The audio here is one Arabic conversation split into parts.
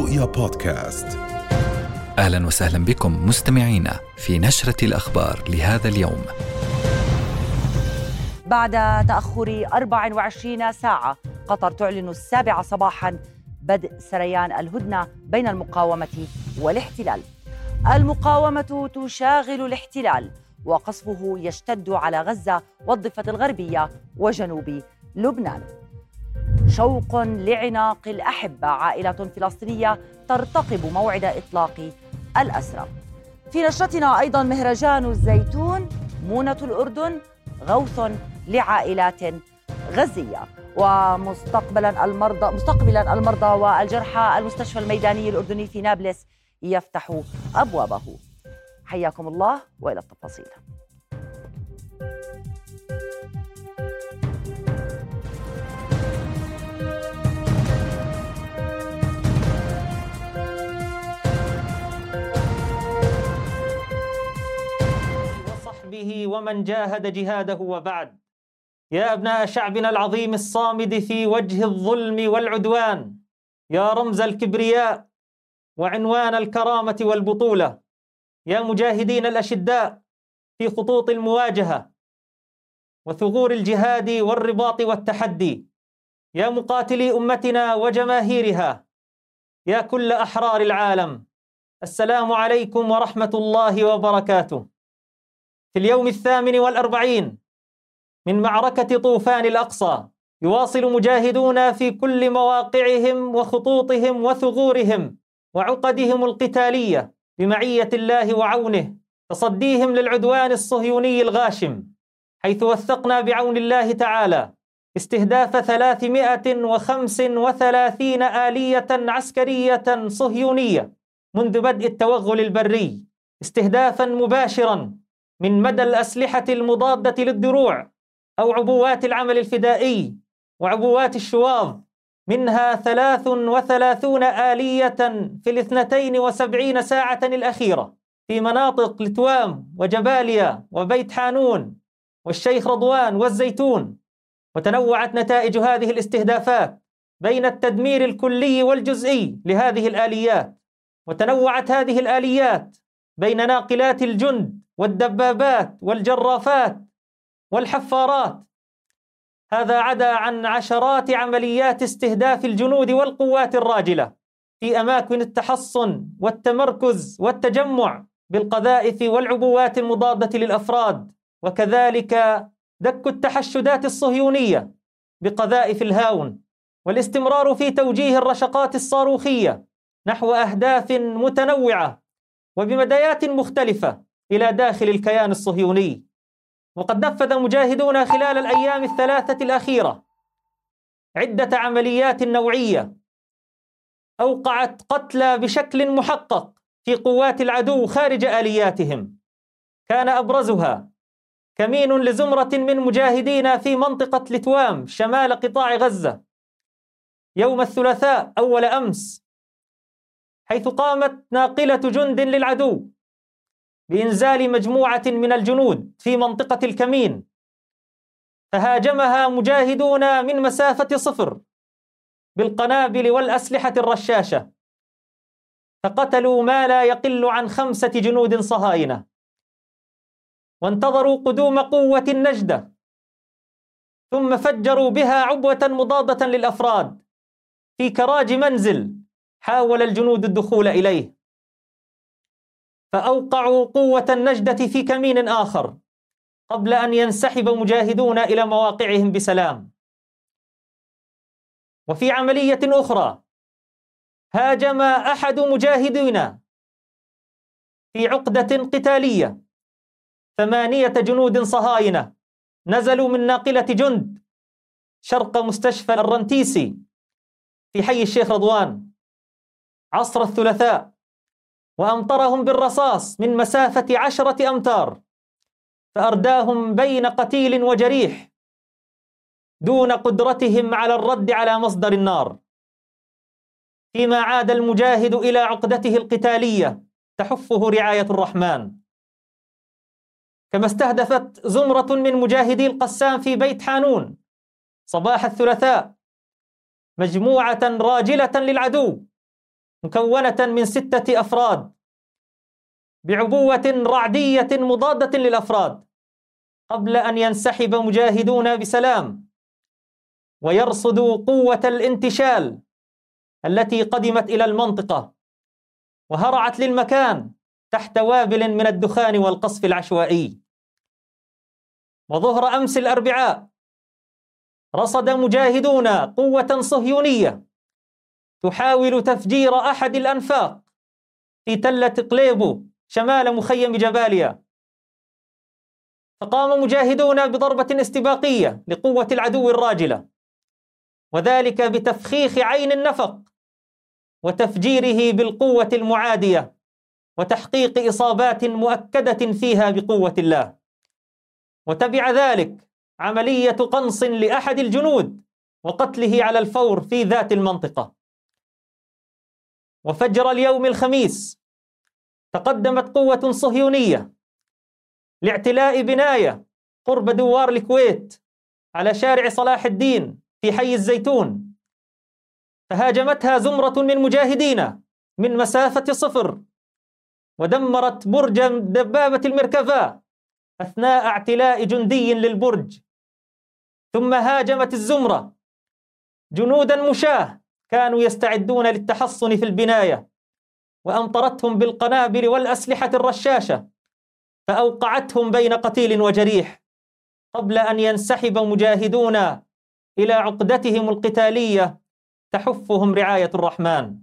رؤيا بودكاست. أهلا وسهلا بكم مستمعينا في نشرة الأخبار لهذا اليوم. بعد تأخر 24 ساعة، قطر تعلن 7 صباحا بدء سريان الهدنة بين المقاومة والاحتلال. المقاومة تشاغل الاحتلال وقصفه يشتد على غزة والضفة الغربية وجنوب لبنان. شوق لعناق الأحبة، عائلة فلسطينية ترتقب موعد إطلاق الأسرى. في نشرتنا أيضا مهرجان الزيتون، مونة الأردن، غوث لعائلات غزية. ومستقبلا المرضى والجرحى، المستشفى الميداني الأردني في نابلس يفتح أبوابه. حياكم الله وإلى التفاصيل. وصحبه ومن جاهد جهاده وبعد. يا أبناء شعبنا العظيم الصامد في وجه الظلم والعدوان، يا رمز الكبرياء وعنوان الكرامة والبطولة، يا مجاهدين الأشداء في خطوط المواجهة وثغور الجهاد والرباط والتحدي، يا مقاتلي أمتنا وجماهيرها، يا كل أحرار العالم، السلام عليكم ورحمة الله وبركاته. في اليوم 48 من معركة طوفان الأقصى، يواصل مجاهدون في كل مواقعهم وخطوطهم وثغورهم وعقدهم القتالية بمعية الله وعونه تصديهم للعدوان الصهيوني الغاشم، حيث وثقنا بعون الله تعالى استهداف 335 آلية عسكرية صهيونية منذ بدء التوغل البري، استهدافا مباشرا من مدى الأسلحة المضادة للدروع أو عبوات العمل الفدائي وعبوات الشواظ، منها 33 آلية في 72 ساعة الأخيرة في مناطق لتوام وجباليا وبيت حانون والشيخ رضوان والزيتون. وتنوعت نتائج هذه الاستهدافات بين التدمير الكلي والجزئي لهذه الآليات، وتنوعت هذه الآليات بين ناقلات الجند والدبابات والجرافات والحفارات. هذا عدا عن عشرات عمليات استهداف الجنود والقوات الراجلة في أماكن التحصن والتمركز والتجمع بالقذائف والعبوات المضادة للأفراد، وكذلك دك التحشدات الصهيونية بقذائف الهاون، والاستمرار في توجيه الرشقات الصاروخية نحو أهداف متنوعة وبمدايات مختلفة إلى داخل الكيان الصهيوني. وقد نفذ مجاهدون خلال الأيام الثلاثة الأخيرة عدة عمليات نوعية أوقعت قتلى بشكل محقق في قوات العدو خارج آلياتهم، كان أبرزها كمين لزمرة من مجاهدين في منطقة لتوام شمال قطاع غزة يوم الثلاثاء أول أمس، حيث قامت ناقلة جند للعدو بإنزال مجموعة من الجنود في منطقة الكمين، فهاجمها مجاهدون من مسافة 0 بالقنابل والأسلحة الرشاشة، فقتلوا ما لا يقل عن 5 جنود صهاينة، وانتظروا قدوم قوة النجدة، ثم فجروا بها عبوة مضادة للأفراد في كراج منزل حاول الجنود الدخول إليه، فأوقعوا قوة النجدة في كمين آخر قبل أن ينسحب مجاهدون إلى مواقعهم بسلام. وفي عملية أخرى هاجم أحد مجاهدينا في عقدة قتالية 8 جنود صهاينة نزلوا من ناقلة جند شرق مستشفى الرنتيسي في حي الشيخ رضوان عصر الثلاثاء، وأمطرهم بالرصاص من مسافة 10 أمتار، فأرداهم بين قتيل وجريح دون قدرتهم على الرد على مصدر النار، فيما عاد المجاهد إلى عقدته القتالية تحفه رعاية الرحمن. كما استهدفت زمرة من مجاهدي القسام في بيت حانون صباح الثلاثاء مجموعة راجلة للعدو مكونة من 6 أفراد بعبوة رعدية مضادة للأفراد، قبل أن ينسحب مجاهدون بسلام ويرصدوا قوة الانتشال التي قدمت إلى المنطقة وهرعت للمكان تحت وابل من الدخان والقصف العشوائي. وظهر أمس الأربعاء رصد مجاهدون قوة صهيونية تحاول تفجير أحد الأنفاق في تلة قليبو شمال مخيم جباليا، فقام مجاهدون بضربة استباقية لقوة العدو الراجلة، وذلك بتفخيخ عين النفق وتفجيره بالقوة المعادية وتحقيق إصابات مؤكدة فيها بقوة الله. وتبع ذلك عملية قنص لأحد الجنود وقتله على الفور في ذات المنطقة. وفجر اليوم الخميس تقدمت قوة صهيونية لاعتلاء بناية قرب دوار الكويت على شارع صلاح الدين في حي الزيتون، فهاجمتها زمرة من مجاهدين من مسافة 0 ودمرت برج دبابة المركبة أثناء اعتلاء جندي للبرج. ثم هاجمت الزمرة جنودا مشاة كانوا يستعدون للتحصن في البناية، وأمطرتهم بالقنابل والأسلحة الرشاشة فأوقعتهم بين قتيل وجريح، قبل أن ينسحب مجاهدون إلى عقدتهم القتالية تحفهم رعاية الرحمن.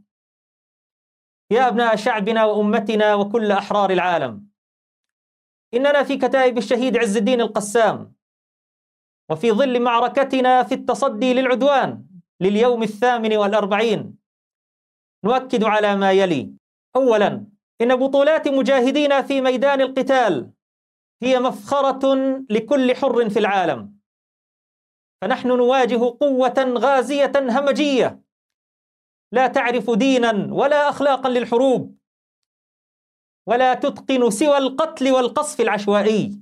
يا أبناء شعبنا وأمتنا وكل أحرار العالم، إننا في كتائب الشهيد عز الدين القسام، وفي ظل معركتنا في التصدي للعدوان لليوم 48 نؤكد على ما يلي. أولاً، إن بطولات مجاهدينا في ميدان القتال هي مفخرة لكل حر في العالم، فنحن نواجه قوة غازية همجية لا تعرف ديناً ولا أخلاقاً للحروب، ولا تتقن سوى القتل والقصف العشوائي،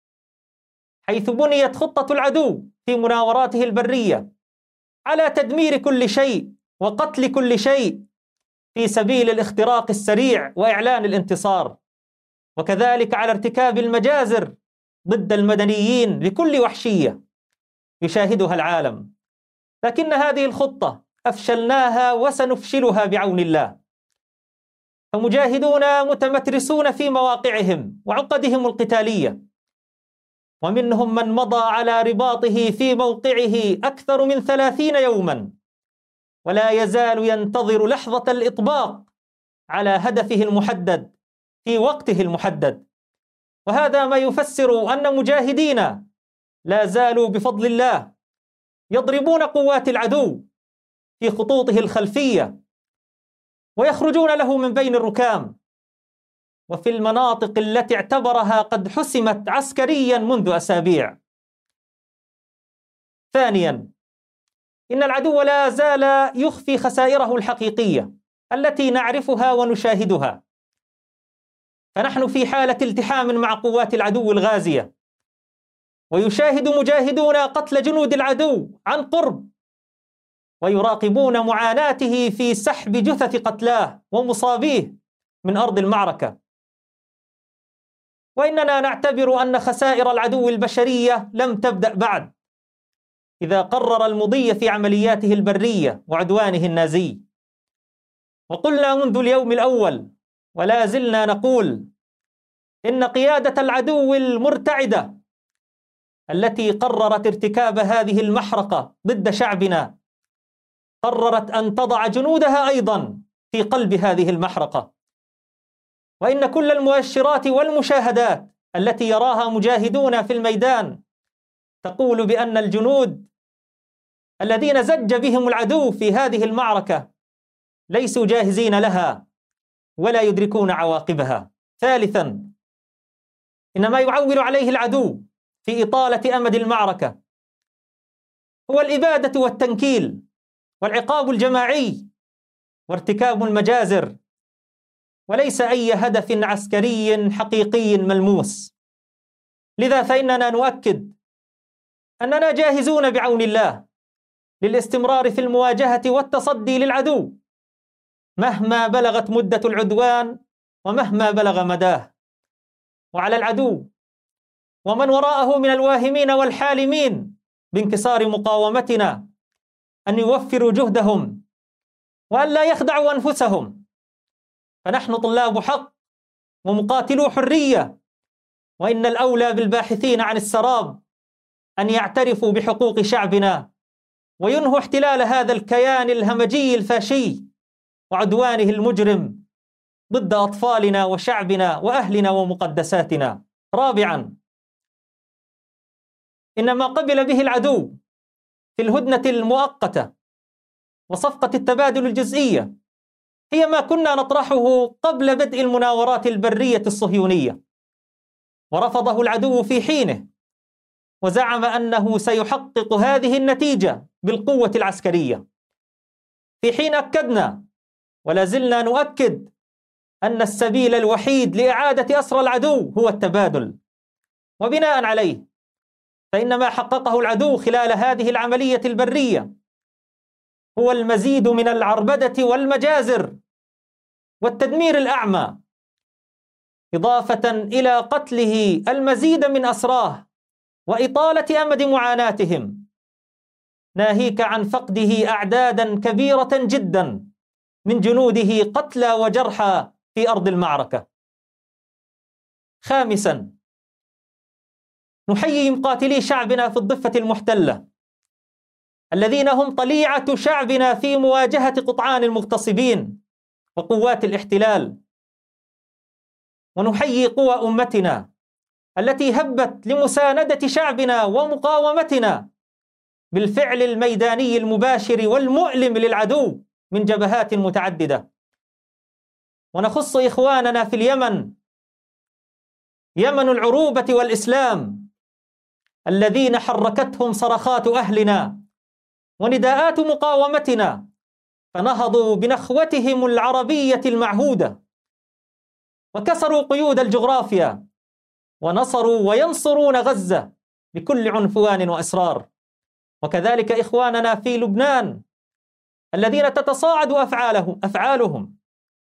حيث بنيت خطة العدو في مناوراته البرية على تدمير كل شيء وقتل كل شيء في سبيل الاختراق السريع وإعلان الانتصار، وكذلك على ارتكاب المجازر ضد المدنيين بكل وحشية يشاهدها العالم. لكن هذه الخطة أفشلناها وسنفشلها بعون الله، فمجاهدون متمترسون في مواقعهم وعقدهم القتالية، ومنهم من مضى على رباطه في موقعه أكثر من 30 يوماً ولا يزال ينتظر لحظة الإطباق على هدفه المحدد في وقته المحدد. وهذا ما يفسر أن مجاهدين لا زالوا بفضل الله يضربون قوات العدو في خطوطه الخلفية ويخرجون له من بين الركام وفي المناطق التي اعتبرها قد حسمت عسكريا منذ أسابيع. ثانيا، إن العدو لا زال يخفي خسائره الحقيقية التي نعرفها ونشاهدها، فنحن في حالة التحام مع قوات العدو الغازية، ويشاهد مجاهدون قتل جنود العدو عن قرب، ويراقبون معاناته في سحب جثث قتلاه ومصابيه من أرض المعركة. وإننا نعتبر أن خسائر العدو البشرية لم تبدأ بعد، إذا قرر المضي في عملياته البرية وعدوانه النازي. وقلنا منذ اليوم الأول ولا زلنا نقول إن قيادة العدو المرتعدة التي قررت ارتكاب هذه المحرقة ضد شعبنا قررت أن تضع جنودها أيضا في قلب هذه المحرقة، وإن كل المؤشرات والمشاهدات التي يراها مجاهدون في الميدان تقول بأن الجنود الذين زج بهم العدو في هذه المعركة ليسوا جاهزين لها ولا يدركون عواقبها. ثالثا، إن ما يعول عليه العدو في إطالة أمد المعركة هو الإبادة والتنكيل والعقاب الجماعي وارتكاب المجازر، وليس أي هدف عسكري حقيقي ملموس. لذا فإننا نؤكد أننا جاهزون بعون الله للاستمرار في المواجهة والتصدي للعدو مهما بلغت مدة العدوان ومهما بلغ مداه. وعلى العدو ومن وراءه من الواهمين والحالمين بانكسار مقاومتنا أن يوفروا جهدهم وأن لا يخدعوا أنفسهم، فنحن طلاب حق ومقاتلو حرية، وإن الأولى بالباحثين عن السراب أن يعترفوا بحقوق شعبنا وينهوا احتلال هذا الكيان الهمجي الفاشي وعدوانه المجرم ضد أطفالنا وشعبنا وأهلنا ومقدساتنا. رابعاً، إن ما قبل به العدو في الهدنة المؤقتة وصفقة التبادل الجزئية هي ما كنا نطرحه قبل بدء المناورات البرية الصهيونية، ورفضه العدو في حينه وزعم أنه سيحقق هذه النتيجة بالقوة العسكرية، في حين أكدنا ولا زلنا نؤكد أن السبيل الوحيد لإعادة أسرى العدو هو التبادل. وبناء عليه فإن ما حققه العدو خلال هذه العملية البرية هو المزيد من العربدة والمجازر والتدمير الأعمى، إضافة إلى قتله المزيد من أسراه وإطالة أمد معاناتهم، ناهيك عن فقده أعدادا كبيرة جدا من جنوده قتلى وجرحى في أرض المعركة. خامسا، نحيي مقاتلي شعبنا في الضفة المحتلة الذين هم طليعة شعبنا في مواجهة قطعان المغتصبين وقوات الاحتلال، ونحيي قوى أمتنا التي هبت لمساندة شعبنا ومقاومتنا بالفعل الميداني المباشر والمؤلم للعدو من جبهات متعددة. ونخص إخواننا في اليمن، يمن العروبة والإسلام، الذين حركتهم صرخات أهلنا ونداءات مقاومتنا فنهضوا بنخوتهم العربية المعهودة وكسروا قيود الجغرافيا ونصروا وينصرون غزة بكل عنفوان وإصرار. وكذلك إخواننا في لبنان الذين تتصاعد أفعالهم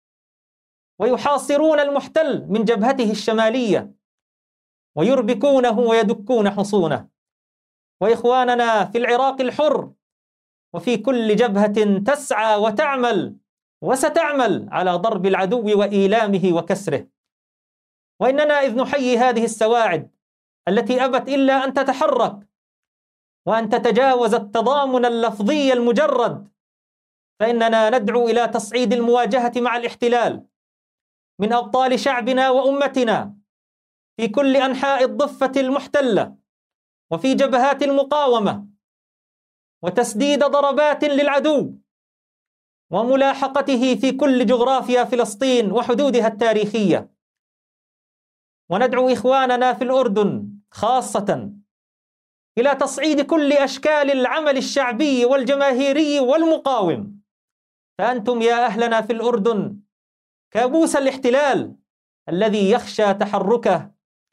ويحاصرون المحتل من جبهته الشمالية ويربكونه ويدكون حصونه. وإخواننا في العراق الحر وفي كل جبهة تسعى وتعمل وستعمل على ضرب العدو وإيلامه وكسره. وإننا إذ نحيي هذه السواعد التي أبت إلا أن تتحرك وأن تتجاوز التضامن اللفظي المجرد، فإننا ندعو إلى تصعيد المواجهة مع الاحتلال من أبطال شعبنا وأمتنا في كل أنحاء الضفة المحتلة وفي جبهات المقاومة، وتسديد ضربات للعدو وملاحقته في كل جغرافيا فلسطين وحدودها التاريخية. وندعو إخواننا في الأردن خاصة إلى تصعيد كل أشكال العمل الشعبي والجماهيري والمقاوم، فأنتم يا أهلنا في الأردن كابوس الاحتلال الذي يخشى تحركه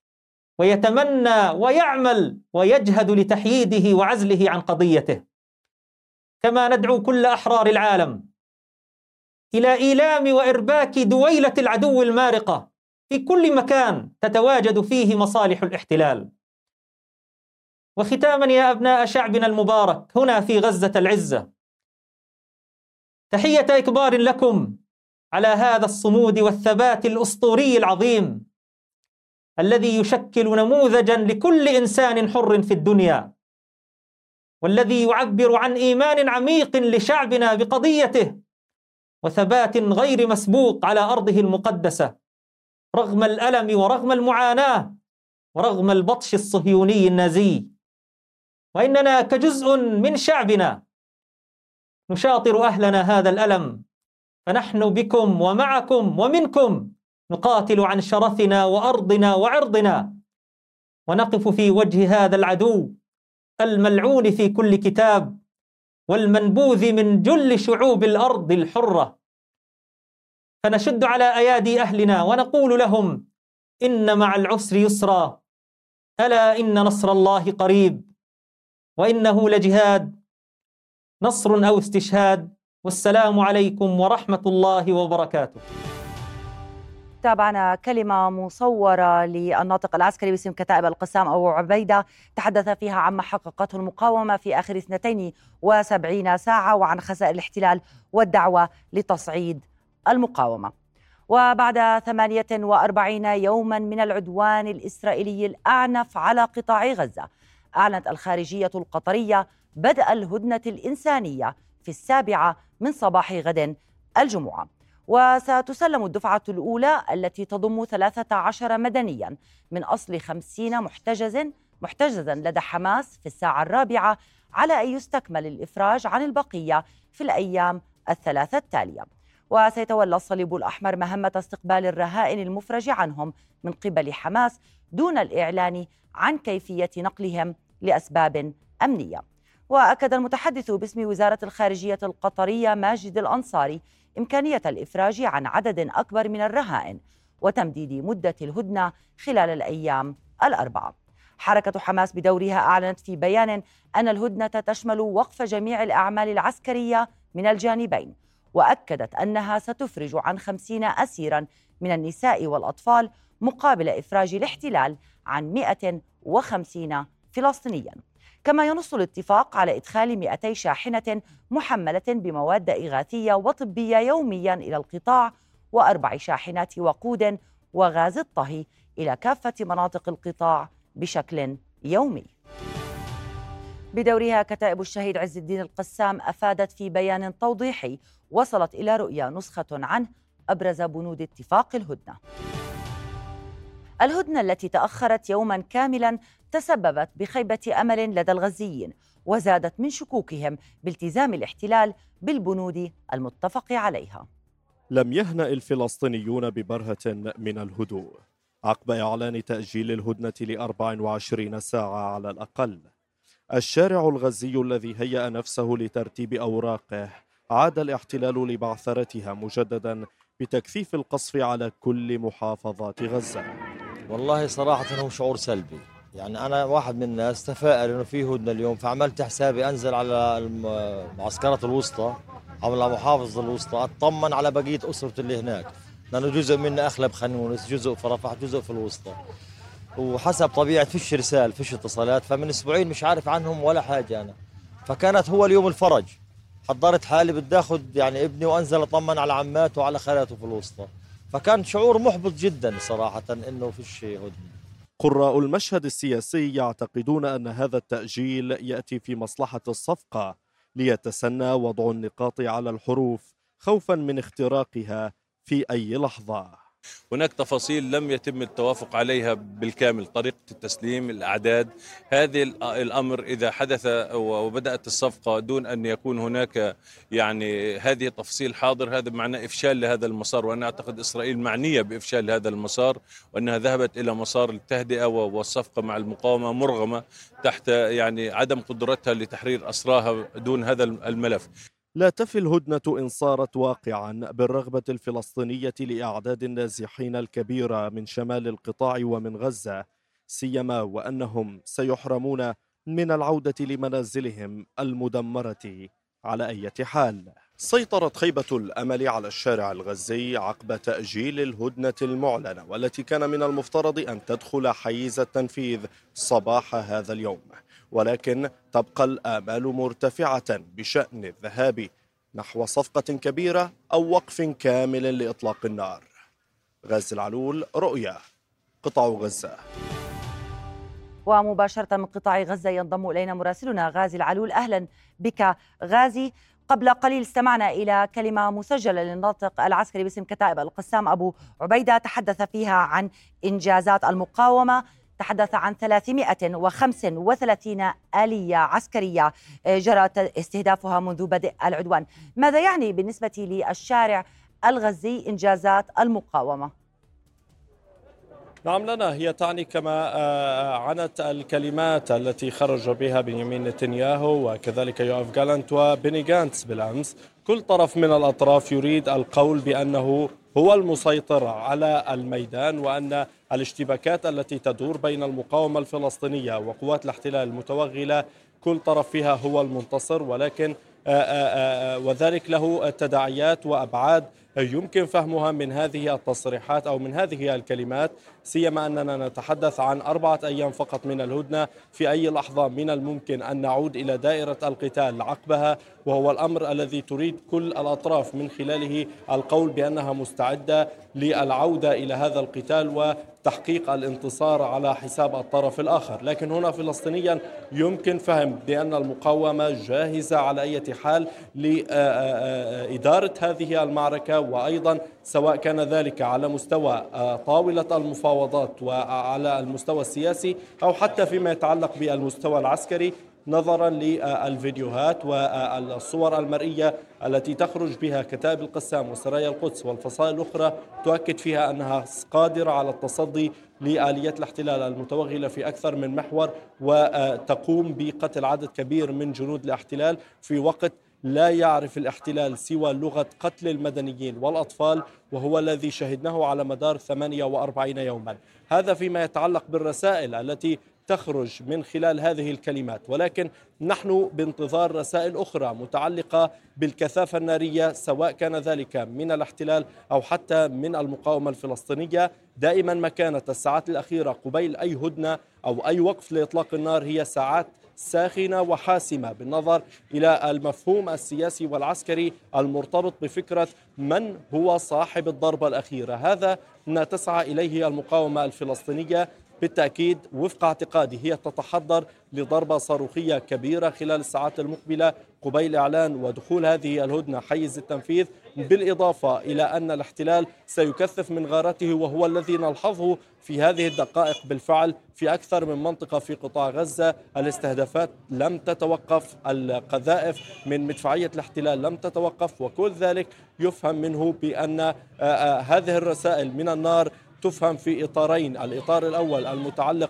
ويتمنى ويعمل ويجهد لتحييده وعزله عن قضيته. كما ندعو كل أحرار العالم إلى إيلام وإرباك دويلة العدو المارقة في كل مكان تتواجد فيه مصالح الاحتلال. وختاما يا أبناء شعبنا المبارك هنا في غزة العزة، تحية إكبار لكم على هذا الصمود والثبات الأسطوري العظيم الذي يشكل نموذجا لكل إنسان حر في الدنيا، والذي يعبر عن إيمان عميق لشعبنا بقضيته وثبات غير مسبوق على أرضه المقدسة رغم الألم ورغم المعاناة ورغم البطش الصهيوني النازي. وإننا كجزء من شعبنا نشاطر أهلنا هذا الألم، فنحن بكم ومعكم ومنكم نقاتل عن شرفنا وأرضنا وعرضنا، ونقف في وجه هذا العدو الملعون في كل كتاب والمنبوذ من جل شعوب الأرض الحرة، فنشد على أيادي أهلنا ونقول لهم: إن مع العسر يسرا، ألا إن نصر الله قريب، وإنه لجهاد، نصر أو استشهاد، والسلام عليكم ورحمة الله وبركاته. تابعنا كلمة مصورة للناطق العسكري باسم كتائب القسام أبو عبيدة، تحدث فيها عما حققته المقاومة في آخر 72 ساعة وعن خسائر الاحتلال والدعوة لتصعيد المقاومة. وبعد 48 يوما من العدوان الإسرائيلي الأعنف على قطاع غزة، أعلنت الخارجية القطرية بدء الهدنة الإنسانية في 7 من صباح غد الجمعة، وستسلم الدفعة الأولى التي تضم 13 مدنيا من أصل 50 محتجزا لدى حماس في الساعة 4، على أن يستكمل الإفراج عن البقية في الأيام 3 التالية. وسيتولى الصليب الأحمر مهمة استقبال الرهائن المفرج عنهم من قبل حماس دون الإعلان عن كيفية نقلهم لأسباب أمنية. وأكد المتحدث باسم وزارة الخارجية القطرية ماجد الأنصاري إمكانية الإفراج عن عدد أكبر من الرهائن وتمديد مدة الهدنة خلال الأيام 4. حركة حماس بدورها أعلنت في بيان أن الهدنة تشمل وقف جميع الأعمال العسكرية من الجانبين، وأكدت أنها ستفرج عن 50 أسيرا من النساء والأطفال مقابل إفراج الاحتلال عن 150 فلسطينيا. كما ينص الاتفاق على إدخال 200 شاحنة محملة بمواد إغاثية وطبية يوميا إلى القطاع، و4 شاحنات وقود وغاز الطهي إلى كافة مناطق القطاع بشكل يومي. بدورها كتائب الشهيد عز الدين القسام أفادت في بيان توضيحي وصلت إلى رؤية نسخة عنه أبرز بنود اتفاق الهدنة. الهدنة التي تأخرت يوما كاملا تسببت بخيبة أمل لدى الغزيين، وزادت من شكوكهم بالتزام الاحتلال بالبنود المتفق عليها. لم يهنأ الفلسطينيون ببرهة من الهدوء عقب إعلان تأجيل الهدنة ل24 ساعة على الأقل. الشارع الغزي الذي هيأ نفسه لترتيب أوراقه عاد الاحتلال لبعثرتها مجددا بتكثيف القصف على كل محافظات غزة. والله صراحة هو شعور سلبي، يعني أنا واحد من الناس تفائل إنه في هدنة اليوم، فعملت حسابي أنزل على المعسكرات الوسطى أو على محافظة الوسطى أطمن على بقية أسرة اللي هناك، لأنه جزء منا أخلب خانونس، جزء في رفح، جزء في الوسطى، وحسب طبيعة فيش رسال فيش اتصالات، فمن أسبوعين مش عارف عنهم ولا حاجة أنا. فكانت هو اليوم الفرج، حضرت حالي بدي أخذ يعني ابني وأنزل أطمن على عماته وعلى خالاته في الوسطى، فكان شعور محبط جدا صراحة إنه فيش هدنة. قراء المشهد السياسي يعتقدون أن هذا التأجيل يأتي في مصلحة الصفقة ليتسنى وضع النقاط على الحروف خوفا من اختراقها في أي لحظة. هناك تفاصيل لم يتم التوافق عليها بالكامل، طريقة التسليم، الأعداد، هذه الأمر إذا حدث وبدأت الصفقة دون أن يكون هناك يعني هذه التفاصيل حاضر، هذا معناه إفشال لهذا المسار، وأنا أعتقد إسرائيل معنية بإفشال هذا المسار، وأنها ذهبت إلى مسار التهدئة والصفقة مع المقاومة مرغمة تحت يعني عدم قدرتها لتحرير أسراها دون هذا الملف. لا تفي الهدنة إن صارت واقعا بالرغبة الفلسطينية لإعداد النازحين الكبيرة من شمال القطاع ومن غزة، سيما وأنهم سيحرمون من العودة لمنازلهم المدمرة على أي حال. سيطرت خيبة الأمل على الشارع الغزي عقب تأجيل الهدنة المعلنة، والتي كان من المفترض أن تدخل حيز التنفيذ صباح هذا اليوم، ولكن تبقى الآمال مرتفعة بشأن الذهاب نحو صفقة كبيرة أو وقف كامل لإطلاق النار. غازي العلول، رؤيا، قطاع غزة. ومباشرة من قطاع غزة ينضم إلينا مراسلنا غازي العلول. أهلا بك غازي. قبل قليل استمعنا إلى كلمة مسجلة للناطق العسكري باسم كتائب القسام أبو عبيدة، تحدث فيها عن إنجازات المقاومة، تحدث عن 335 آلية عسكرية جرى استهدافها منذ بدء العدوان. ماذا يعني بالنسبة للشارع الغزي إنجازات المقاومة؟ نعم، لنا هي تعني كما عنت الكلمات التي خرج بها بنيامين نتنياهو وكذلك يوآف جالانت وبني جانتس بالأمس. كل طرف من الأطراف يريد القول بأنه هو المسيطر على الميدان، وأن الاشتباكات التي تدور بين المقاومة الفلسطينية وقوات الاحتلال المتوغلة كل طرف فيها هو المنتصر. ولكن وذلك له تداعيات وأبعاد يمكن فهمها من هذه التصريحات أو من هذه الكلمات، سيما أننا نتحدث عن 4 أيام فقط من الهدنة. في أي لحظة من الممكن أن نعود إلى دائرة القتال عقبها، وهو الأمر الذي تريد كل الأطراف من خلاله القول بأنها مستعدة للعودة إلى هذا القتال وتحقيق الانتصار على حساب الطرف الآخر. لكن هنا فلسطينيا يمكن فهم بأن المقاومة جاهزة على أي حال لإدارة هذه المعركة، وأيضا سواء كان ذلك على مستوى طاولة المفاوضات وعلى المستوى السياسي أو حتى فيما يتعلق بالمستوى العسكري، نظرا للفيديوهات والصور المرئية التي تخرج بها كتائب القسام وسرايا القدس والفصائل الأخرى تؤكد فيها أنها قادرة على التصدي لآليات الاحتلال المتوغلة في أكثر من محور، وتقوم بقتل عدد كبير من جنود الاحتلال في وقت لا يعرف الاحتلال سوى لغة قتل المدنيين والأطفال، وهو الذي شهدناه على مدار 48 يوما. هذا فيما يتعلق بالرسائل التي تخرج من خلال هذه الكلمات، ولكن نحن بانتظار رسائل أخرى متعلقة بالكثافة النارية، سواء كان ذلك من الاحتلال أو حتى من المقاومة الفلسطينية. دائما ما كانت الساعات الأخيرة قبيل أي هدنة أو أي وقف لإطلاق النار هي ساعات ساخنة وحاسمة بالنظر إلى المفهوم السياسي والعسكري المرتبط بفكرة من هو صاحب الضربة الأخيرة. هذا ما تسعى إليه المقاومة الفلسطينية بالتأكيد. وفق اعتقادي هي تتحضر لضربة صاروخية كبيرة خلال الساعات المقبلة قبيل إعلان ودخول هذه الهدنة حيز التنفيذ، بالإضافة إلى أن الاحتلال سيكثف من غارته، وهو الذي نلحظه في هذه الدقائق بالفعل في أكثر من منطقة في قطاع غزة. الاستهدافات لم تتوقف، القذائف من مدفعية الاحتلال لم تتوقف، وكل ذلك يفهم منه بأن هذه الرسائل من النار تفهم في إطارين. الإطار الأول المتعلق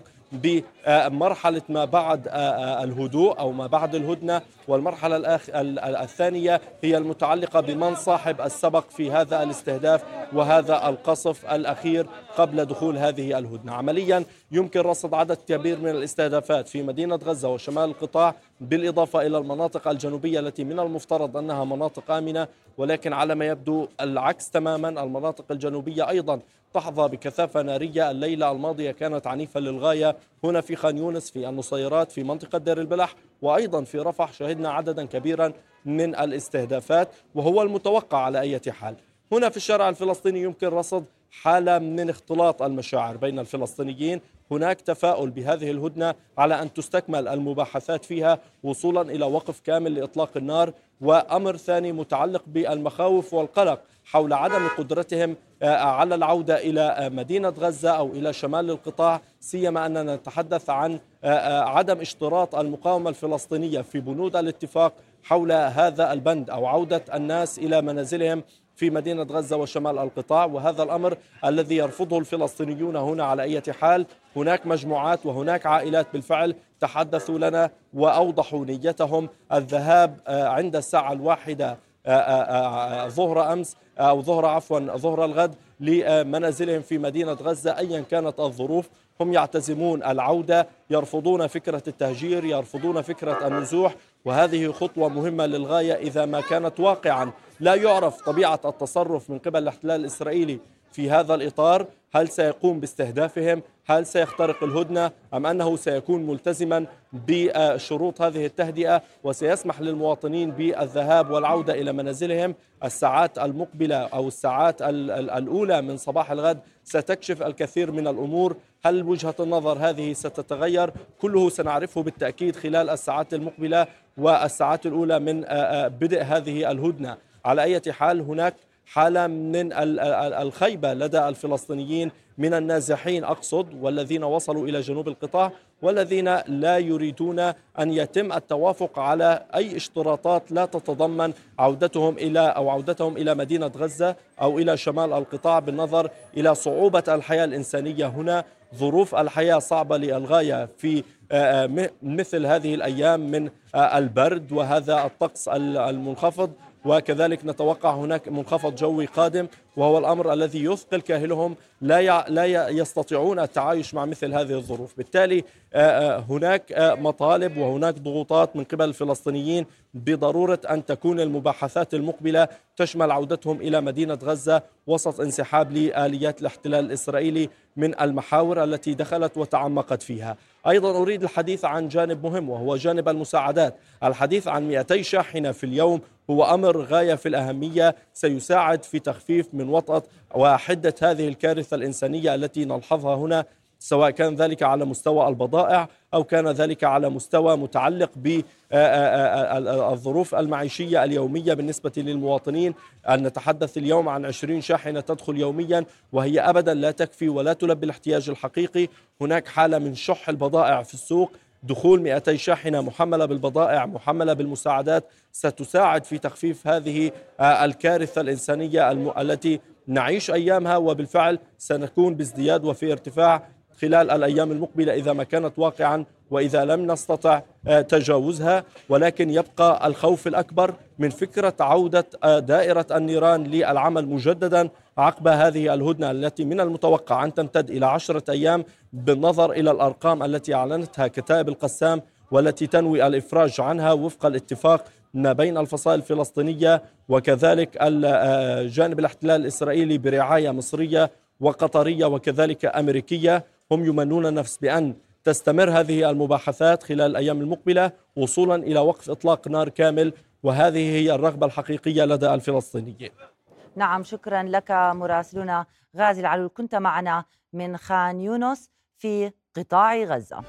بمرحلة ما بعد الهدوء أو ما بعد الهدنة، والمرحلة الثانية هي المتعلقة بمن صاحب السبق في هذا الاستهداف وهذا القصف الأخير قبل دخول هذه الهدنة. عمليا يمكن رصد عدد كبير من الاستهدافات في مدينة غزة وشمال القطاع، بالإضافة إلى المناطق الجنوبية التي من المفترض أنها مناطق آمنة، ولكن على ما يبدو العكس تماما. المناطق الجنوبية أيضا تحظى بكثافة نارية. الليلة الماضية كانت عنيفة للغاية هنا في خان يونس، في النصيرات، في منطقة دير البلح، وأيضا في رفح شهدنا عددا كبيرا من الاستهدافات، وهو المتوقع على أي حال. هنا في الشارع الفلسطيني يمكن رصد حالة من اختلاط المشاعر بين الفلسطينيين. هناك تفاؤل بهذه الهدنة على أن تستكمل المباحثات فيها وصولا إلى وقف كامل لإطلاق النار، وأمر ثاني متعلق بالمخاوف والقلق حول عدم قدرتهم على العودة إلى مدينة غزة أو إلى شمال القطاع، سيما أننا نتحدث عن عدم اشتراط المقاومة الفلسطينية في بنود الاتفاق حول هذا البند أو عودة الناس إلى منازلهم في مدينة غزة وشمال القطاع، وهذا الأمر الذي يرفضه الفلسطينيون هنا على أي حال. هناك مجموعات وهناك عائلات بالفعل تحدثوا لنا وأوضحوا نيتهم الذهاب عند الساعة 1 ظهر أمس أو ظهر الغد لمنازلهم في مدينة غزة أيا كانت الظروف. هم يعتزمون العودة، يرفضون فكرة التهجير، يرفضون فكرة النزوح، وهذه خطوة مهمة للغاية إذا ما كانت واقعا. لا يعرف طبيعة التصرف من قبل الاحتلال الإسرائيلي في هذا الإطار، هل سيقوم باستهدافهم؟ هل سيخترق الهدنة؟ أم أنه سيكون ملتزما بشروط هذه التهدئة وسيسمح للمواطنين بالذهاب والعودة إلى منازلهم؟ الساعات المقبلة أو الساعات الأولى من صباح الغد ستكشف الكثير من الأمور. هل وجهة النظر هذه ستتغير؟ كله سنعرفه بالتأكيد خلال الساعات المقبلة والساعات الأولى من بدء هذه الهدنة. على أي حال هناك حالة من الخيبة لدى الفلسطينيين من النازحين أقصد، والذين وصلوا إلى جنوب القطاع، والذين لا يريدون أن يتم التوافق على أي اشتراطات لا تتضمن عودتهم إلى مدينة غزة أو إلى شمال القطاع، بالنظر إلى صعوبة الحياة الإنسانية هنا. ظروف الحياة صعبة للغاية في مثل هذه الأيام من البرد وهذا الطقس المنخفض، وكذلك نتوقع هناك منخفض جوي قادم، وهو الأمر الذي يثقل كاهلهم، لا يستطيعون التعايش مع مثل هذه الظروف. بالتالي هناك مطالب وهناك ضغوطات من قبل الفلسطينيين بضرورة أن تكون المباحثات المقبلة تشمل عودتهم إلى مدينة غزة وسط انسحاب لآليات الاحتلال الإسرائيلي من المحاور التي دخلت وتعمقت فيها. أيضا أريد الحديث عن جانب مهم وهو جانب المساعدات. الحديث عن 200 شاحنة في اليوم هو أمر غاية في الأهمية، سيساعد في تخفيف من وطأة وحدة هذه الكارثة الإنسانية التي نلحظها هنا، سواء كان ذلك على مستوى البضائع أو كان ذلك على مستوى متعلق بالظروف المعيشية اليومية بالنسبة للمواطنين. أن نتحدث اليوم عن 20 شاحنة تدخل يوميا، وهي أبدا لا تكفي ولا تلبي الاحتياج الحقيقي. هناك حالة من شح البضائع في السوق. دخول 200 شاحنة محملة بالبضائع محملة بالمساعدات ستساعد في تخفيف هذه الكارثة الإنسانية التي نعيش أيامها، وبالفعل سنكون بازدياد وفي ارتفاع خلال الأيام المقبلة إذا ما كانت واقعا وإذا لم نستطع تجاوزها. ولكن يبقى الخوف الأكبر من فكرة عودة دائرة النيران للعمل مجددا عقب هذه الهدنة التي من المتوقع أن تمتد إلى 10 أيام بالنظر إلى الأرقام التي أعلنتها كتائب القسام والتي تنوي الإفراج عنها وفق الاتفاق ما بين الفصائل الفلسطينية وكذلك جانب الاحتلال الإسرائيلي برعاية مصرية وقطرية وكذلك أمريكية. هم يمنون النفس بأن تستمر هذه المباحثات خلال الأيام المقبلة وصولا إلى وقف إطلاق نار كامل، وهذه هي الرغبة الحقيقية لدى الفلسطينيين. نعم، شكرا لك مراسلنا غازي العلول، كنت معنا من خان يونس في قطاع غزة.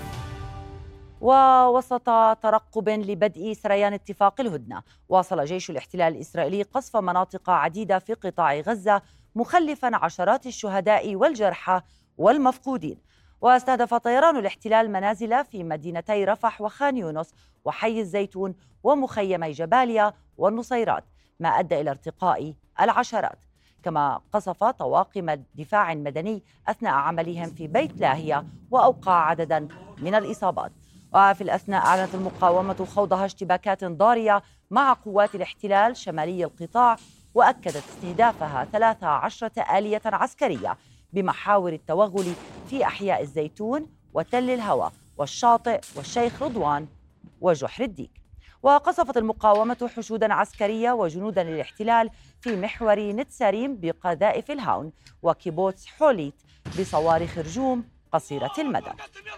ووسط ترقب لبدء سريان اتفاق الهدنة، واصل جيش الاحتلال الإسرائيلي قصف مناطق عديدة في قطاع غزة مخلفا عشرات الشهداء والجرحى والمفقودين. واستهدف طيران الاحتلال منازل في مدينتي رفح وخان يونس وحي الزيتون ومخيمي جباليا والنصيرات، ما أدى إلى ارتقاء العشرات. كما قصف طواقم الدفاع المدني أثناء عملهم في بيت لاهية وأوقع عددا من الإصابات. وفي الأثناء أعلنت المقاومة خوضها اشتباكات ضارية مع قوات الاحتلال شمالي القطاع، وأكدت استهدافها 13 آلية عسكرية بمحاور التوغل في أحياء الزيتون وتل الهوى والشاطئ والشيخ رضوان وجحر الديك. وقصفت المقاومة حشودا عسكرية وجنودا للاحتلال في محور نتساريم بقذائف الهاون وكيبوتس حوليت بصواريخ رجوم قصيرة المدى.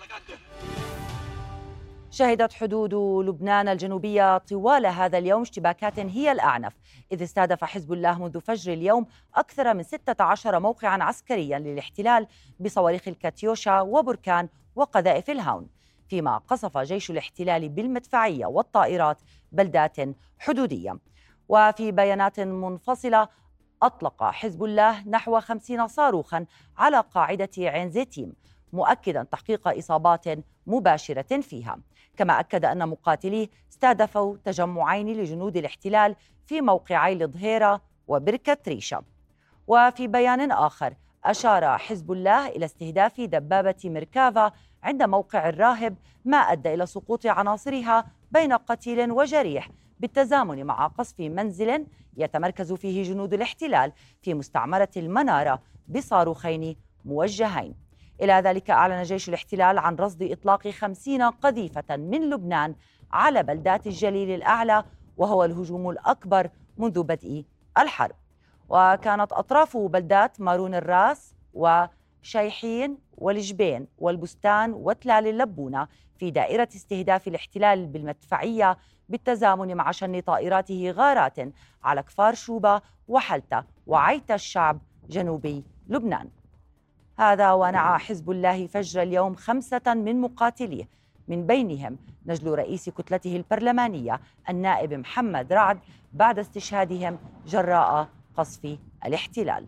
شهدت حدود لبنان الجنوبية طوال هذا اليوم اشتباكات هي الأعنف، إذ استهدف حزب الله منذ فجر اليوم أكثر من 16 موقعا عسكريا للاحتلال بصواريخ الكاتيوشا وبركان وقذائف الهاون، فيما قصف جيش الاحتلال بالمدفعية والطائرات بلدات حدودية. وفي بيانات منفصلة أطلق حزب الله نحو 50 صاروخا على قاعدة عين زيتيم، مؤكدا تحقيق إصابات مباشرة فيها. كما أكد أن مقاتليه استهدفوا تجمعين لجنود الاحتلال في موقعي الظهيرة وبركة ريشة. وفي بيان آخر أشار حزب الله إلى استهداف دبابة ميركافا عند موقع الراهب، ما أدى إلى سقوط عناصرها بين قتيل وجريح، بالتزامن مع قصف منزل يتمركز فيه جنود الاحتلال في مستعمرة المنارة بصاروخين موجهين. إلى ذلك أعلن جيش الاحتلال عن رصد إطلاق 50 قذيفة من لبنان على بلدات الجليل الأعلى، وهو الهجوم الأكبر منذ بدء الحرب. وكانت أطراف بلدات مارون الراس وشيحين والجبين والبستان وتلال اللبونة في دائرة استهداف الاحتلال بالمدفعية، بالتزامن مع شن طائراته غارات على كفار شوبة وحلتة وعيت الشعب جنوبي لبنان. هذا ونعى حزب الله فجر اليوم 5 من مقاتليه، من بينهم نجل رئيس كتلته البرلمانية النائب محمد رعد، بعد استشهادهم جراء قصف الاحتلال.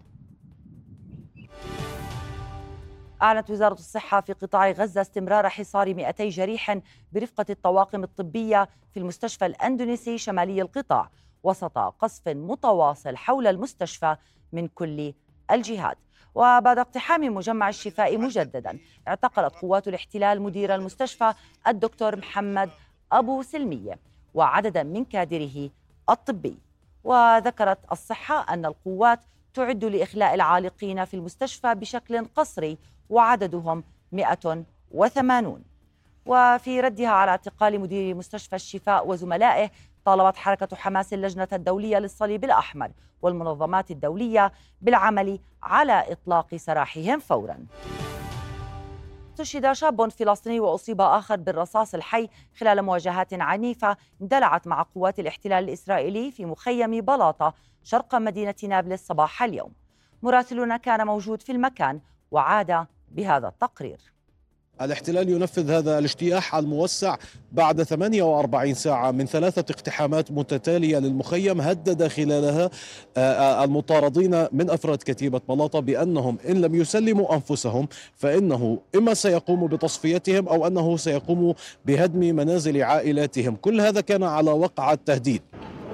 أعلنت وزارة الصحة في قطاع غزة استمرار حصار 200 جريح برفقة الطواقم الطبية في المستشفى الأندونيسي شمالي القطاع، وسط قصف متواصل حول المستشفى من كل الجهات. وبعد اقتحام مجمع الشفاء مجددا، اعتقلت قوات الاحتلال مدير المستشفى الدكتور محمد أبو سلمية وعددا من كادره الطبي. وذكرت الصحة أن القوات تعد لإخلاء العالقين في المستشفى بشكل قسري وعددهم 180. وفي ردها على اعتقال مدير مستشفى الشفاء وزملائه، طالبت حركة حماس اللجنة الدولية للصليب الأحمر والمنظمات الدولية بالعمل على إطلاق سراحهم فوراً. استشهد شاب فلسطيني وأصيب آخر بالرصاص الحي خلال مواجهات عنيفة اندلعت مع قوات الاحتلال الإسرائيلي في مخيم بلاطة شرق مدينة نابلس صباح اليوم. مراسلنا كان موجود في المكان وعاد بهذا التقرير. الاحتلال ينفذ هذا الاجتياح الموسع بعد 48 ساعة من 3 اقتحامات متتالية للمخيم هدد خلالها المطاردين من أفراد كتيبة بلاطة بأنهم إن لم يسلموا أنفسهم فإنه إما سيقوم بتصفيتهم أو أنه سيقوم بهدم منازل عائلاتهم. كل هذا كان على وقع التهديد.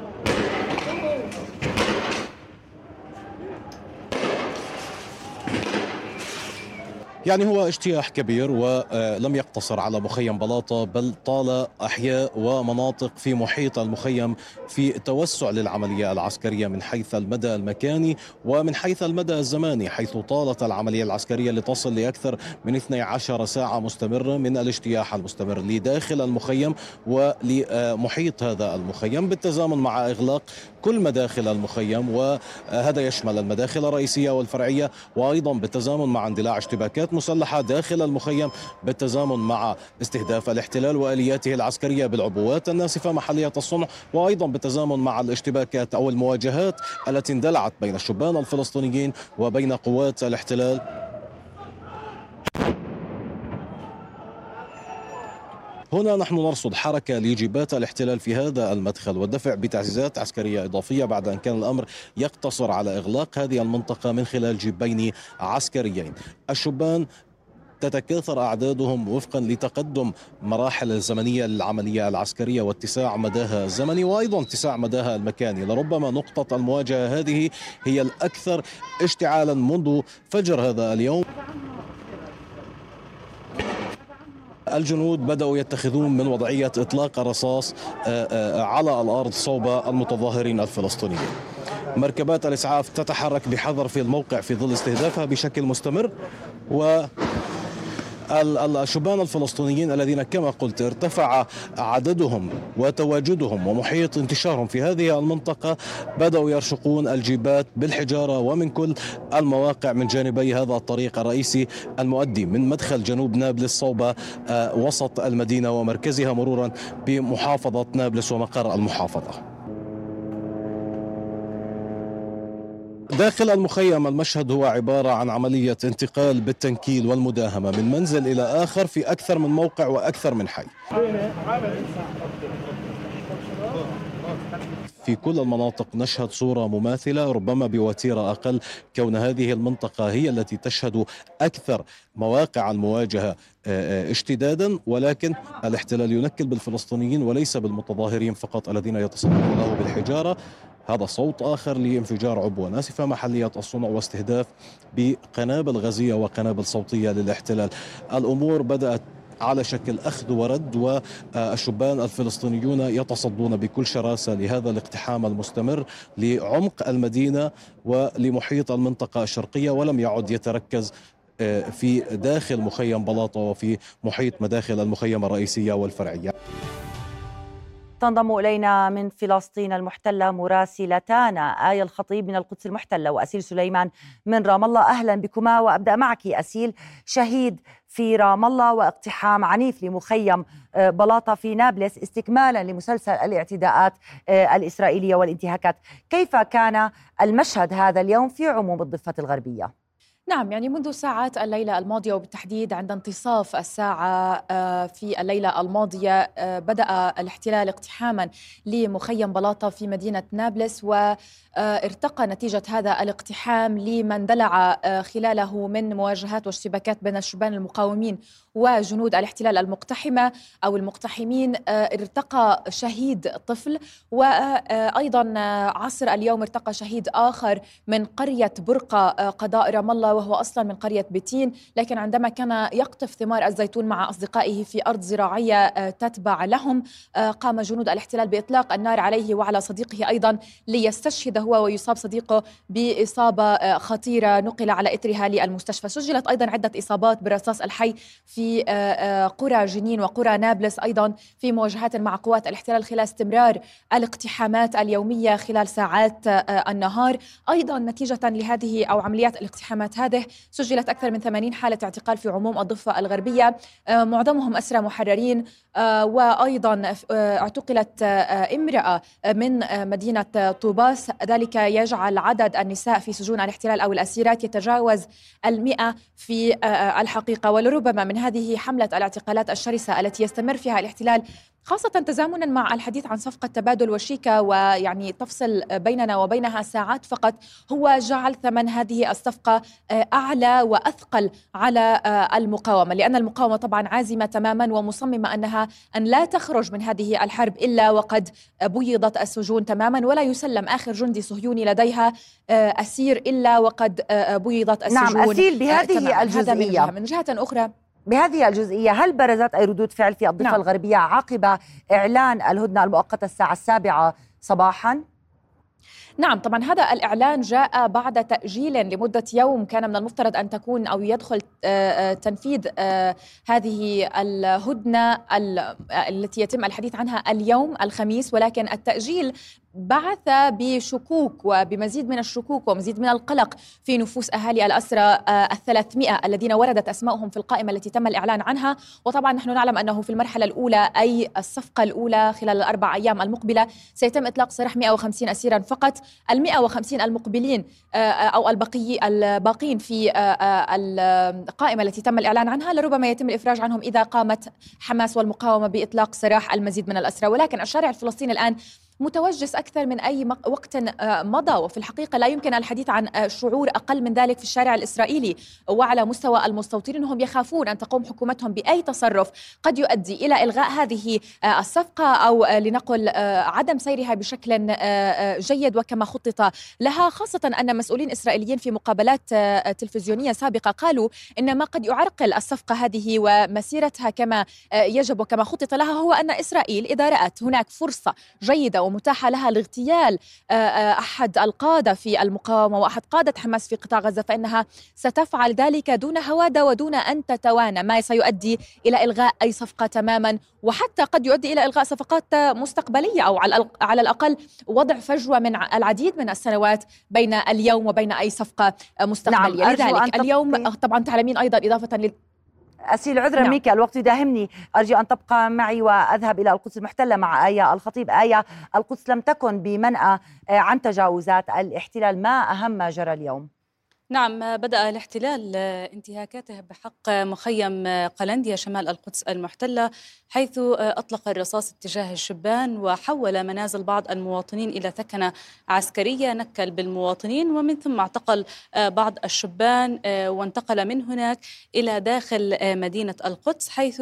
يعني هو اجتياح كبير ولم يقتصر على مخيم بلاطة، بل طال أحياء ومناطق في محيط المخيم في توسع للعملية العسكرية من حيث المدى المكاني ومن حيث المدى الزماني، حيث طالت العملية العسكرية لتصل لأكثر من 12 ساعة مستمرة من الاجتياح المستمر لداخل المخيم ولمحيط هذا المخيم، بالتزامن مع إغلاق كل مداخل المخيم، وهذا يشمل المداخل الرئيسية والفرعية، وأيضا بالتزامن مع اندلاع اشتباكات مسلحة داخل المخيم، بالتزامن مع استهداف الاحتلال وآلياته العسكرية بالعبوات الناسفة محلية الصنع، وأيضا بالتزامن مع الاشتباكات أو المواجهات التي اندلعت بين الشبان الفلسطينيين وبين قوات الاحتلال. هنا نحن نرصد حركة لجبات الاحتلال في هذا المدخل والدفع بتعزيزات عسكرية إضافية بعد أن كان الأمر يقتصر على إغلاق هذه المنطقة من خلال جيبين عسكريين. الشبان تتكاثر أعدادهم وفقا لتقدم مراحل الزمنية للعملية العسكرية واتساع مداها الزمني وأيضا اتساع مداها المكاني. لربما نقطة المواجهة هذه هي الأكثر اشتعالا منذ فجر هذا اليوم. الجنود بدأوا يتخذون من وضعية إطلاق الرصاص على الأرض صوب المتظاهرين الفلسطينيين. مركبات الإسعاف تتحرك بحذر في الموقع في ظل استهدافها بشكل مستمر، والشبان الفلسطينيين الذين كما قلت ارتفع عددهم وتواجدهم ومحيط انتشارهم في هذه المنطقة بدأوا يرشقون الجيبات بالحجارة ومن كل المواقع من جانبي هذا الطريق الرئيسي المؤدي من مدخل جنوب نابلس صوب وسط المدينة ومركزها مرورا بمحافظة نابلس ومقر المحافظة. داخل المخيم المشهد هو عبارة عن عملية انتقال بالتنكيل والمداهمة من منزل إلى آخر في أكثر من موقع وأكثر من حي. في كل المناطق نشهد صورة مماثلة ربما بوتيرة أقل، كون هذه المنطقة هي التي تشهد أكثر مواقع المواجهة اشتدادا، ولكن الاحتلال ينكل بالفلسطينيين وليس بالمتظاهرين فقط الذين يتصدون له بالحجارة. هذا صوت آخر لانفجار عبوة ناسفة محلية الصنع واستهداف بقنابل غازية وقنابل صوتية للاحتلال. الأمور بدأت على شكل أخذ ورد، والشبان الفلسطينيون يتصدون بكل شراسة لهذا الاقتحام المستمر لعمق المدينة ولمحيط المنطقة الشرقية، ولم يعد يتركز في داخل مخيم بلاطة وفي محيط مداخل المخيم الرئيسية والفرعية. تنضم إلينا من فلسطين المحتلة مراسلتان آية الخطيب من القدس المحتلة وأسيل سليمان من رام الله. أهلا بكما، وأبدأ معك أسيل. شهيد في رام الله واقتحام عنيف لمخيم بلاطة في نابلس استكمالا لمسلسل الاعتداءات الإسرائيلية والانتهاكات، كيف كان المشهد هذا اليوم في عموم الضفة الغربية؟ نعم، يعني منذ ساعات الليلة الماضية وبالتحديد عند انتصاف الساعة في الليلة الماضية بدأ الاحتلال اقتحاما لمخيم بلاطة في مدينة نابلس، وارتقى نتيجة هذا الاقتحام لما اندلع خلاله من مواجهات واشتباكات بين الشبان المقاومين وجنود الاحتلال المقتحمة أو المقتحمين. ارتقى شهيد طفل، وأيضا عصر اليوم ارتقى شهيد آخر من قرية برقة قضاء رام الله، وهو أصلا من قرية بتين، لكن عندما كان يقطف ثمار الزيتون مع أصدقائه في أرض زراعية تتبع لهم قام جنود الاحتلال بإطلاق النار عليه وعلى صديقه أيضا ليستشهد هو ويصاب صديقه بإصابة خطيرة نقل على إثرها للمستشفى. سجلت أيضا عدة إصابات بالرصاص الحي في قرى جنين وقرى نابلس، أيضا في مواجهات مع قوات الاحتلال خلال استمرار الاقتحامات اليومية خلال ساعات النهار. أيضا نتيجة لهذه أو عمليات الاقتحامات هذه سجلت أكثر من 80 حالة اعتقال في عموم الضفة الغربية، معظمهم أسرى محررين، وأيضا اعتقلت امرأة من مدينة طوباس. ذلك يجعل عدد النساء في سجون الاحتلال أو الأسيرات يتجاوز 100 في الحقيقة. ولربما من هذه حملة الاعتقالات الشرسة التي يستمر فيها الاحتلال، خاصة تزامنا مع الحديث عن صفقة تبادل وشيكة ويعني تفصل بيننا وبينها ساعات فقط، هو جعل ثمن هذه الصفقة أعلى وأثقل على المقاومة، لأن المقاومة طبعا عازمة تماما ومصممة أن لا تخرج من هذه الحرب إلا وقد بيضت السجون تماما، ولا يسلم آخر جندي صهيوني لديها أسير إلا وقد بيضت السجون. نعم أسيل، بهذه الجزئية من جهة أخرى بهذه الجزئية هل برزت أي ردود فعل في الضفة الغربية عقب إعلان الهدنة المؤقتة الساعة 7 صباحا؟ نعم طبعا هذا الإعلان جاء بعد تأجيل لمدة يوم كان من المفترض أن تكون أو يدخل تنفيذ هذه الهدنة التي يتم الحديث عنها اليوم الخميس، ولكن التأجيل بعث بشكوك وبمزيد من الشكوك ومزيد من القلق في نفوس أهالي الأسرى 300 الذين وردت أسماءهم في القائمة التي تم الإعلان عنها. وطبعا نحن نعلم أنه في المرحلة الأولى أي الصفقة الأولى خلال ال4 أيام المقبلة سيتم إطلاق سراح 150 أسيرا فقط. ال150 المقبلين أو الباقين في القائمة التي تم الإعلان عنها لربما يتم الإفراج عنهم إذا قامت حماس والمقاومة بإطلاق سراح المزيد من الأسرى. ولكن الشارع الفلسطيني الآن متوجس أكثر من أي وقت مضى، وفي الحقيقة لا يمكن الحديث عن شعور أقل من ذلك في الشارع الإسرائيلي. وعلى مستوى المستوطنين هم يخافون أن تقوم حكومتهم بأي تصرف قد يؤدي إلى إلغاء هذه الصفقة أو لنقل عدم سيرها بشكل جيد وكما خطط لها، خاصة أن مسؤولين إسرائيليين في مقابلات تلفزيونية سابقة قالوا إن ما قد يعرقل الصفقة هذه ومسيرتها كما يجب وكما خطط لها هو أن إسرائيل إذا رأت هناك فرصة جيدة ومتاحة لها لاغتيال أحد القادة في المقاومة وأحد قادة حماس في قطاع غزة فإنها ستفعل ذلك دون هوادة ودون أن تتوانى، ما سيؤدي إلى إلغاء أي صفقة تماما، وحتى قد يؤدي إلى إلغاء صفقات مستقبلية أو على الأقل وضع فجوة من العديد من السنوات بين اليوم وبين أي صفقة مستقبلية. نعم لذلك اليوم طبعا تعلمين أيضا إضافة أسيل عذرا منك الوقت يداهمني، أرجو أن تبقى معي وأذهب إلى القدس المحتلة مع آية الخطيب. آية، القدس لم تكن بمنأى عن تجاوزات الاحتلال، ما أهم ما جرى اليوم؟ نعم، بدأ الاحتلال انتهاكاته بحق مخيم قلنديا شمال القدس المحتلة، حيث أطلق الرصاص اتجاه الشبان وحول منازل بعض المواطنين إلى ثكنة عسكرية، نكل بالمواطنين ومن ثم اعتقل بعض الشبان وانتقل من هناك إلى داخل مدينة القدس، حيث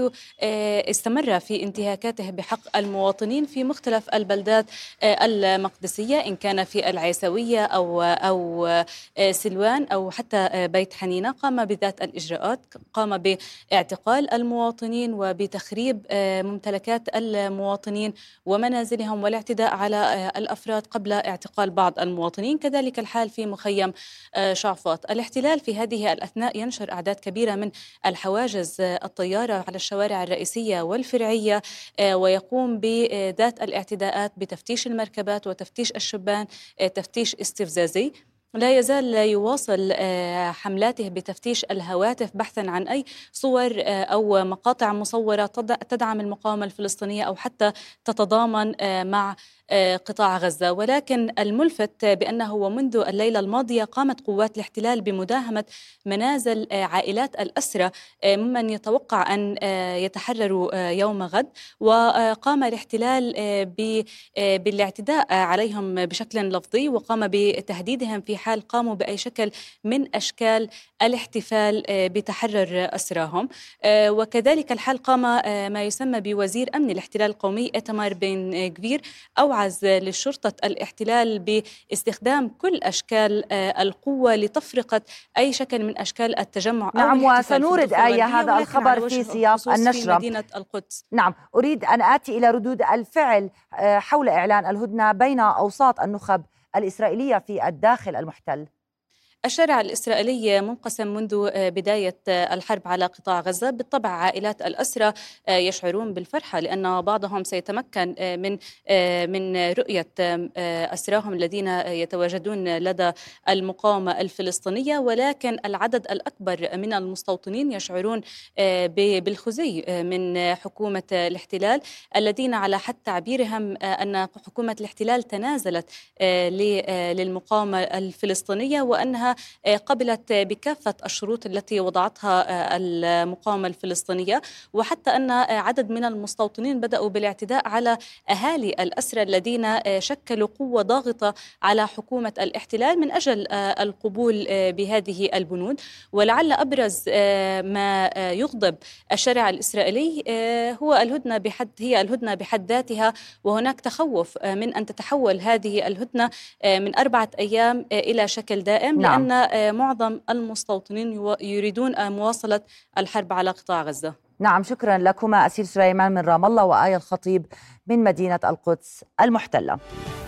استمر في انتهاكاته بحق المواطنين في مختلف البلدات المقدسية، إن كان في العيسوية أو سلوان أو حتى بيت حنينة. قام بذات الإجراءات، قام باعتقال المواطنين وبتخريب ممتلكات المواطنين ومنازلهم والاعتداء على الأفراد قبل اعتقال بعض المواطنين. كذلك الحال في مخيم شعفاط. الاحتلال في هذه الأثناء ينشر أعداد كبيرة من الحواجز الطيارة على الشوارع الرئيسية والفرعية، ويقوم بذات الاعتداءات بتفتيش المركبات وتفتيش الشبان تفتيش استفزازي. لا يزال يواصل حملاته بتفتيش الهواتف بحثا عن أي صور أو مقاطع مصورة تدعم المقاومة الفلسطينية أو حتى تتضامن مع قطاع غزة. ولكن الملفت بأنه ومنذ الليلة الماضية قامت قوات الاحتلال بمداهمة منازل عائلات الأسرى ممن يتوقع أن يتحرروا يوم غد، وقام الاحتلال بالاعتداء عليهم بشكل لفظي وقام بتهديدهم في حال قاموا بأي شكل من أشكال الاحتفال بتحرر أسراهم. وكذلك الحال قام ما يسمى بوزير أمن الاحتلال القومي إيتمار بن غفير، أوعز للشرطة الاحتلال باستخدام كل أشكال القوة لتفرقة أي شكل من أشكال التجمع. نعم، وسنورد هذا الخبر في سياق النشرة في مدينة القدس. نعم، أريد أن آتي إلى ردود الفعل حول إعلان الهدنة بين أوساط النخب الإسرائيلية في الداخل المحتل. الشارع الإسرائيلي منقسم منذ بداية الحرب على قطاع غزة. بالطبع عائلات الأسرى يشعرون بالفرحة لأن بعضهم سيتمكن من رؤية أسراهم الذين يتواجدون لدى المقاومة الفلسطينية، ولكن العدد الأكبر من المستوطنين يشعرون بالخزي من حكومة الاحتلال، الذين على حد تعبيرهم أن حكومة الاحتلال تنازلت للمقاومة الفلسطينية وأنها قبلت بكافة الشروط التي وضعتها المقاومة الفلسطينية، وحتى أن عدد من المستوطنين بدأوا بالاعتداء على أهالي الأسرى الذين شكلوا قوة ضاغطة على حكومة الاحتلال من أجل القبول بهذه البنود. ولعل أبرز ما يغضب الشارع الإسرائيلي هو الهدنة بحد ذاتها، وهناك تخوف من أن تتحول هذه الهدنة من 4 أيام إلى شكل دائم. نعم. لأن معظم المستوطنين يريدون مواصلة الحرب على قطاع غزة. نعم، شكرا لكما أسيل سليمان من رام الله وآية الخطيب من مدينة القدس المحتلة.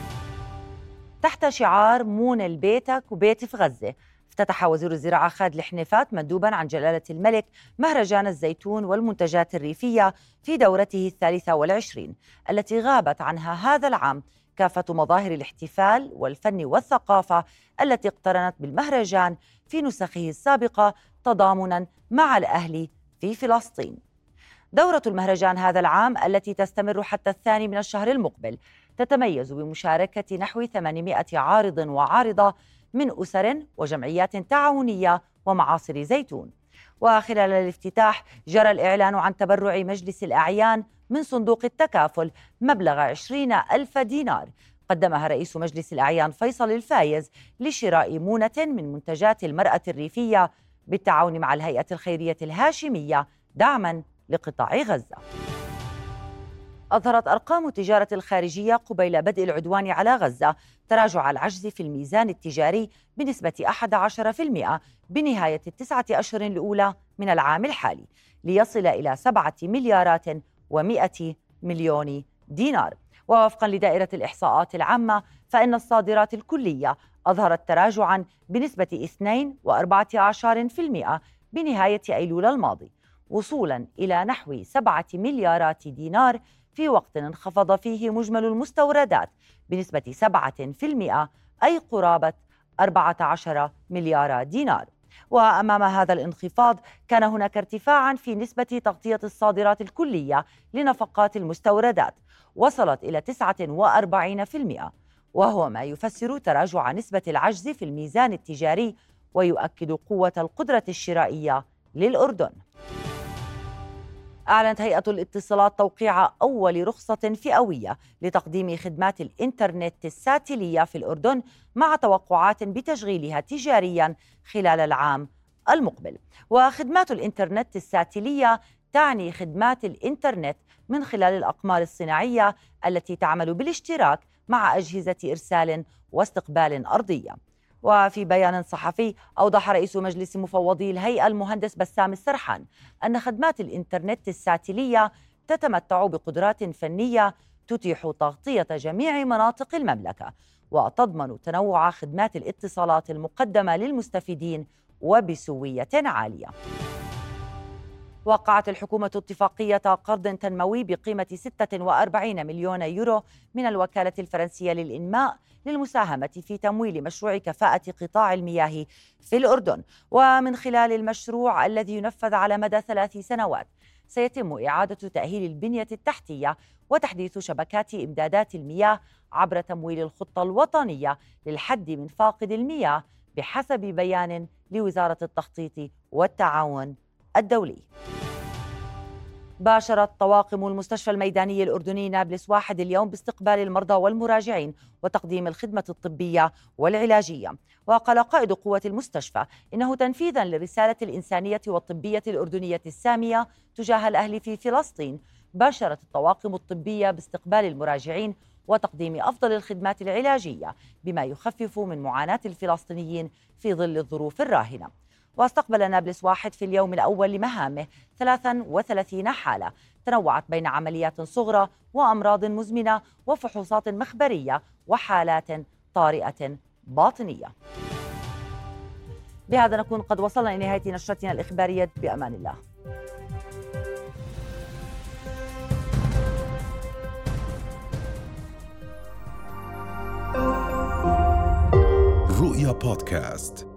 تحت شعار مون بيتك وبيتي في غزة، افتتح وزير الزراعة خالد الحنيفات مندوبا عن جلالة الملك مهرجان الزيتون والمنتجات الريفية في دورته 23 التي غابت عنها هذا العام كافة مظاهر الاحتفال والفن والثقافة التي اقترنت بالمهرجان في نسخه السابقة تضامنا مع الأهل في فلسطين. دورة المهرجان هذا العام التي تستمر حتى 2 من الشهر المقبل تتميز بمشاركة نحو 800 عارض وعارضة من أسر وجمعيات تعاونية ومعاصر زيتون. وخلال الافتتاح جرى الإعلان عن تبرع مجلس الأعيان من صندوق التكافل مبلغ 20,000 دينار قدمها رئيس مجلس الأعيان فيصل الفايز لشراء مونة من منتجات المرأة الريفية بالتعاون مع الهيئة الخيرية الهاشمية دعما لقطاع غزة. أظهرت أرقام التجارة الخارجية قبيل بدء العدوان على غزة تراجع العجز في الميزان التجاري بنسبة 11% بنهاية ال9 أشهر الأولى من العام الحالي ليصل إلى 7 مليارات و100 مليون دينار. ووفقا لدائرة الإحصاءات العامة فإن الصادرات الكلية أظهرت تراجعا بنسبة 2.14% بنهاية أيلول الماضي وصولا إلى نحو 7 مليارات دينار في وقت انخفض فيه مجمل المستوردات بنسبة 7% أي قرابة 14 مليار دينار. وأمام هذا الانخفاض كان هناك ارتفاعا في نسبة تغطية الصادرات الكلية لنفقات المستوردات وصلت إلى 49%، وهو ما يفسر تراجع نسبة العجز في الميزان التجاري ويؤكد قوة القدرة الشرائية للأردن. أعلنت هيئة الاتصالات توقيع أول رخصة فئوية لتقديم خدمات الإنترنت الساتيلية في الأردن مع توقعات بتشغيلها تجاريا خلال العام المقبل. وخدمات الإنترنت الساتيلية تعني خدمات الإنترنت من خلال الأقمار الصناعية التي تعمل بالاشتراك مع أجهزة إرسال واستقبال أرضية. وفي بيان صحفي أوضح رئيس مجلس مفوضي الهيئة المهندس بسام السرحان أن خدمات الإنترنت الساتيلية تتمتع بقدرات فنية تتيح تغطية جميع مناطق المملكة وتضمن تنوع خدمات الاتصالات المقدمة للمستفيدين وبسوية عالية. وقعت الحكومة اتفاقية قرض تنموي بقيمة 46 مليون يورو من الوكالة الفرنسية للإنماء للمساهمة في تمويل مشروع كفاءة قطاع المياه في الأردن. ومن خلال المشروع الذي ينفذ على مدى 3 سنوات سيتم إعادة تأهيل البنية التحتية وتحديث شبكات إمدادات المياه عبر تمويل الخطة الوطنية للحد من فاقد المياه بحسب بيان لوزارة التخطيط والتعاون الدولي. باشرت طواقم المستشفى الميداني الأردني نابلس واحد اليوم باستقبال المرضى والمراجعين وتقديم الخدمة الطبية والعلاجية. وقال قائد قوة المستشفى إنه تنفيذا للرسالة الإنسانية والطبية الأردنية السامية تجاه الأهل في فلسطين، باشرت الطواقم الطبية باستقبال المراجعين وتقديم أفضل الخدمات العلاجية بما يخفف من معاناة الفلسطينيين في ظل الظروف الراهنة. واستقبل نابلس واحد في اليوم الأول لمهامه 33 حالة تنوعت بين عمليات صغرى وأمراض مزمنة وفحوصات مخبرية وحالات طارئة باطنية. بهذا نكون قد وصلنا إلى نهاية نشرتنا الإخبارية. بأمان الله. رؤيا بودكاست.